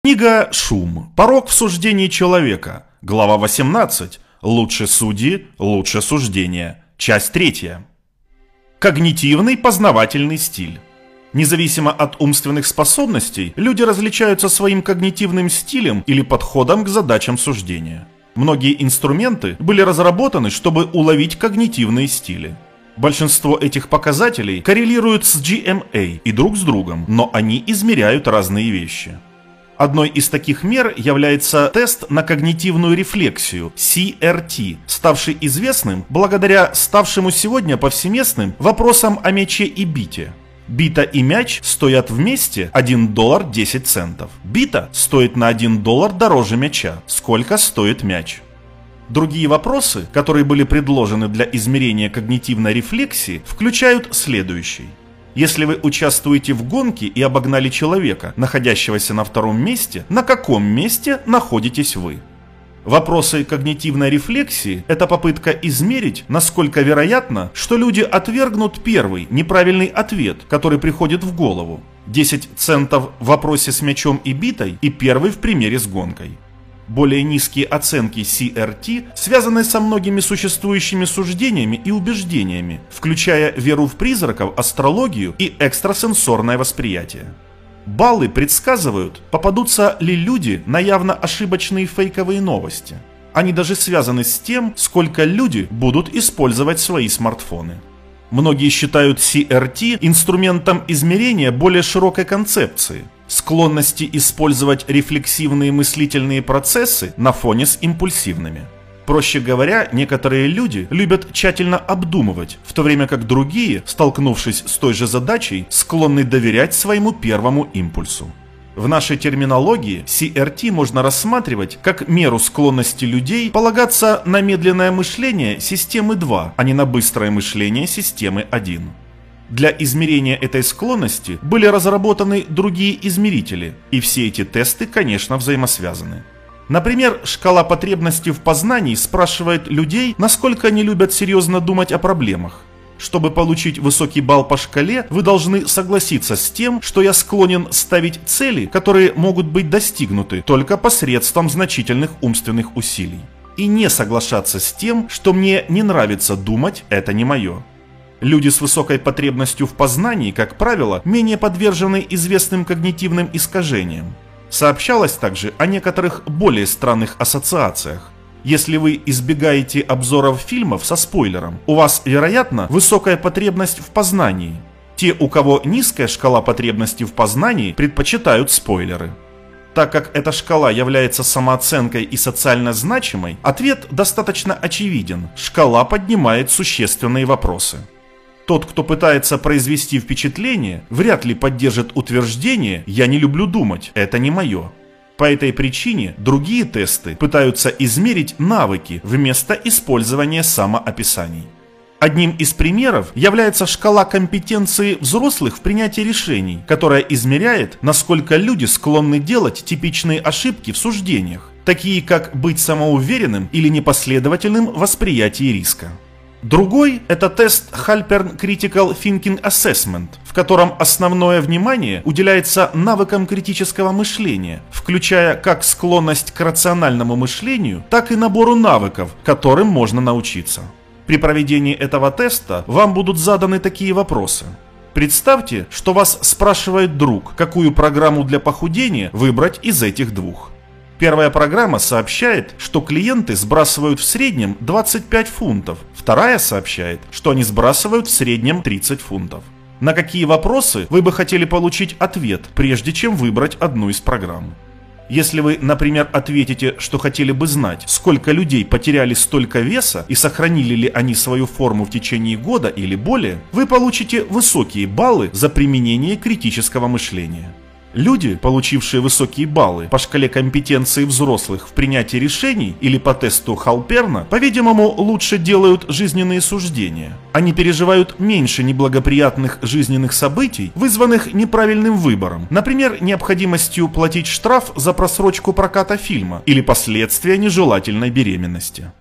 Книга «Шум. Порок в суждении человека». Глава 18. Лучше судьи, лучше суждения. Часть 3. Когнитивный познавательный стиль. Независимо от умственных способностей, люди различаются своим когнитивным стилем или подходом к задачам суждения. Многие инструменты были разработаны, чтобы уловить когнитивные стили. Большинство этих показателей коррелируют с GMA и друг с другом, но они измеряют разные вещи. Одной из таких мер является тест на когнитивную рефлексию, CRT, ставший известным благодаря ставшему сегодня повсеместным вопросам о мяче и бите. Бита и мяч стоят вместе $1 10 центов. Бита стоит на $1 дороже мяча. Сколько стоит мяч? Другие вопросы, которые были предложены для измерения когнитивной рефлексии, включают следующий. Если вы участвуете в гонке и обогнали человека, находящегося на втором месте, на каком месте находитесь вы? Вопросы когнитивной рефлексии – это попытка измерить, насколько вероятно, что люди отвергнут первый неправильный ответ, который приходит в голову. 10 центов в вопросе с мячом и битой и первый в примере с гонкой. Более низкие оценки CRT связаны со многими существующими суждениями и убеждениями, включая веру в призраков, астрологию и экстрасенсорное восприятие. Баллы предсказывают, попадутся ли люди на явно ошибочные фейковые новости. Они даже связаны с тем, сколько люди будут использовать свои смартфоны. Многие считают CRT инструментом измерения более широкой концепции – склонности использовать рефлексивные мыслительные процессы на фоне с импульсивными. Проще говоря, некоторые люди любят тщательно обдумывать, в то время как другие, столкнувшись с той же задачей, склонны доверять своему первому импульсу. В нашей терминологии CRT можно рассматривать как меру склонности людей полагаться на медленное мышление системы 2, а не на быстрое мышление системы 1. Для измерения этой склонности были разработаны другие измерители, и все эти тесты, конечно, взаимосвязаны. Например, шкала потребностей в познании спрашивает людей, насколько они любят серьезно думать о проблемах. Чтобы получить высокий балл по шкале, вы должны согласиться с тем, что я склонен ставить цели, которые могут быть достигнуты только посредством значительных умственных усилий. И не соглашаться с тем, что мне не нравится думать, это не мое. Люди с высокой потребностью в познании, как правило, менее подвержены известным когнитивным искажениям. Сообщалось также о некоторых более странных ассоциациях. Если вы избегаете обзоров фильмов со спойлером, у вас, вероятно, высокая потребность в познании. Те, у кого низкая шкала потребности в познании, предпочитают спойлеры. Так как эта шкала является самооценкой и социально значимой, ответ достаточно очевиден. Шкала поднимает существенные вопросы. Тот, кто пытается произвести впечатление, вряд ли поддержит утверждение «я не люблю думать, это не мое». По этой причине другие тесты пытаются измерить навыки вместо использования самоописаний. Одним из примеров является шкала компетенции взрослых в принятии решений, которая измеряет, насколько люди склонны делать типичные ошибки в суждениях, такие как быть самоуверенным или непоследовательным в восприятии риска. Другой – это тест Halpern Critical Thinking Assessment, в котором основное внимание уделяется навыкам критического мышления, включая как склонность к рациональному мышлению, так и набору навыков, которым можно научиться. При проведении этого теста вам будут заданы такие вопросы. Представьте, что вас спрашивает друг, какую программу для похудения выбрать из этих двух. Первая программа сообщает, что клиенты сбрасывают в среднем 25 фунтов. Вторая сообщает, что они сбрасывают в среднем 30 фунтов. На какие вопросы вы бы хотели получить ответ, прежде чем выбрать одну из программ? Если вы, например, ответите, что хотели бы знать, сколько людей потеряли столько веса и сохранили ли они свою форму в течение года или более, вы получите высокие баллы за применение критического мышления. Люди, получившие высокие баллы по шкале компетенции взрослых в принятии решений или по тесту Халперна, по-видимому, лучше делают жизненные суждения. Они переживают меньше неблагоприятных жизненных событий, вызванных неправильным выбором, например, необходимостью платить штраф за просрочку проката фильма или последствия нежелательной беременности.